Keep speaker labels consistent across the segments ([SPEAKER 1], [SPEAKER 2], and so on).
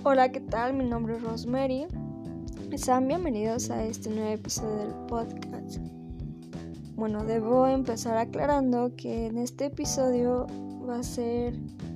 [SPEAKER 1] Hola, ¿qué tal? Mi nombre es Rosemary. Sean bienvenidos a este nuevo episodio del podcast. Bueno, debo empezar aclarando que en este episodio va a ser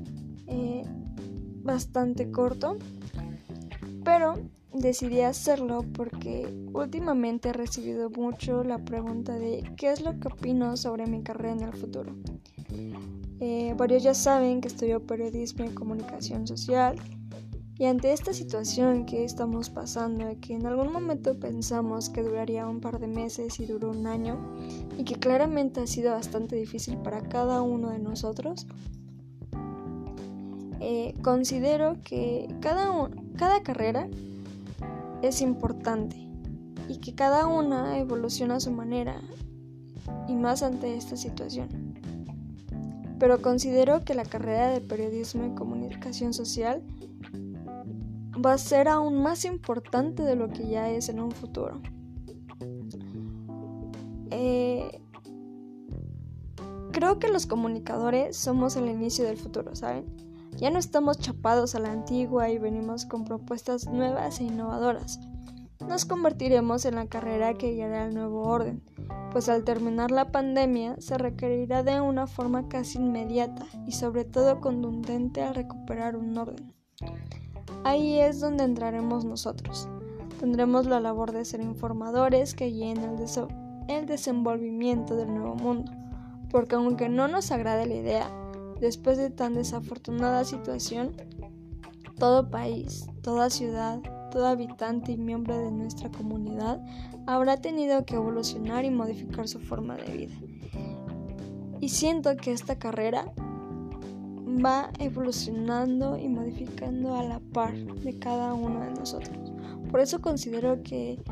[SPEAKER 1] bastante corto, pero decidí hacerlo porque últimamente he recibido mucho la pregunta de qué es lo que opino sobre mi carrera en el futuro. Varios ya saben que estudio periodismo y comunicación social. Y ante esta situación que estamos pasando, que en algún momento pensamos que duraría un par de meses y duró un año, y que claramente ha sido bastante difícil para cada uno de nosotros, considero que cada carrera es importante y que cada una evoluciona a su manera, y más ante esta situación. Pero considero que la carrera de periodismo y comunicación social va a ser aún más importante de lo que ya es en un futuro. Creo que los comunicadores somos el inicio del futuro, ¿saben? Ya no estamos chapados a la antigua y venimos con propuestas nuevas e innovadoras. Nos convertiremos en la carrera que guiará el nuevo orden, pues al terminar la pandemia se requerirá de una forma casi inmediata y sobre todo contundente al recuperar un orden. Ahí es donde entraremos nosotros. Tendremos la labor de ser informadores que guíen el desenvolvimiento del nuevo mundo, porque aunque no nos agrade la idea, después de tan desafortunada situación, todo país, toda ciudad, todo habitante y miembro de nuestra comunidad habrá tenido que evolucionar y modificar su forma de vida. Y siento que esta carrera va evolucionando y modificando a la par de cada uno de nosotros. Por eso considero que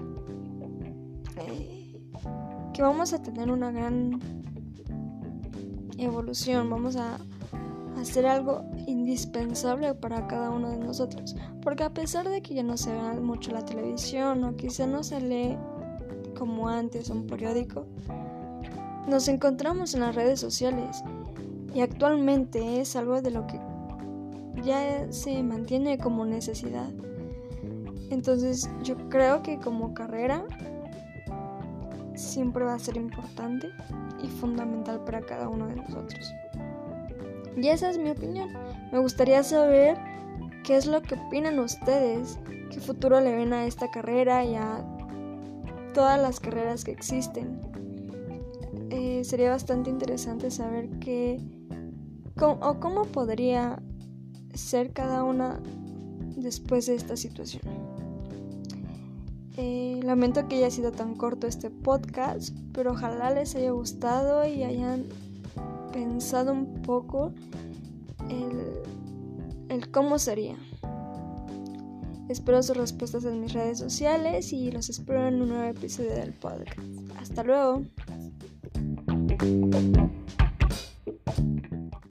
[SPEAKER 1] vamos a tener una gran evolución, vamos a hacer algo indispensable para cada uno de nosotros, porque a pesar de que ya no se vea mucho la televisión o quizá no se lee como antes un periódico, nos encontramos en las redes sociales. Y actualmente es algo de lo que ya se mantiene como necesidad. Entonces yo creo que como carrera siempre va a ser importante y fundamental para cada uno de nosotros. Y esa es mi opinión. Me gustaría saber qué es lo que opinan ustedes, qué futuro le ven a esta carrera y a todas las carreras que existen. Sería bastante interesante saber cómo podría ser cada una después de esta situación. Lamento que haya sido tan corto este podcast, pero ojalá les haya gustado y hayan pensado un poco el cómo sería. Espero sus respuestas en mis redes sociales y los espero en un nuevo episodio del podcast. Hasta luego.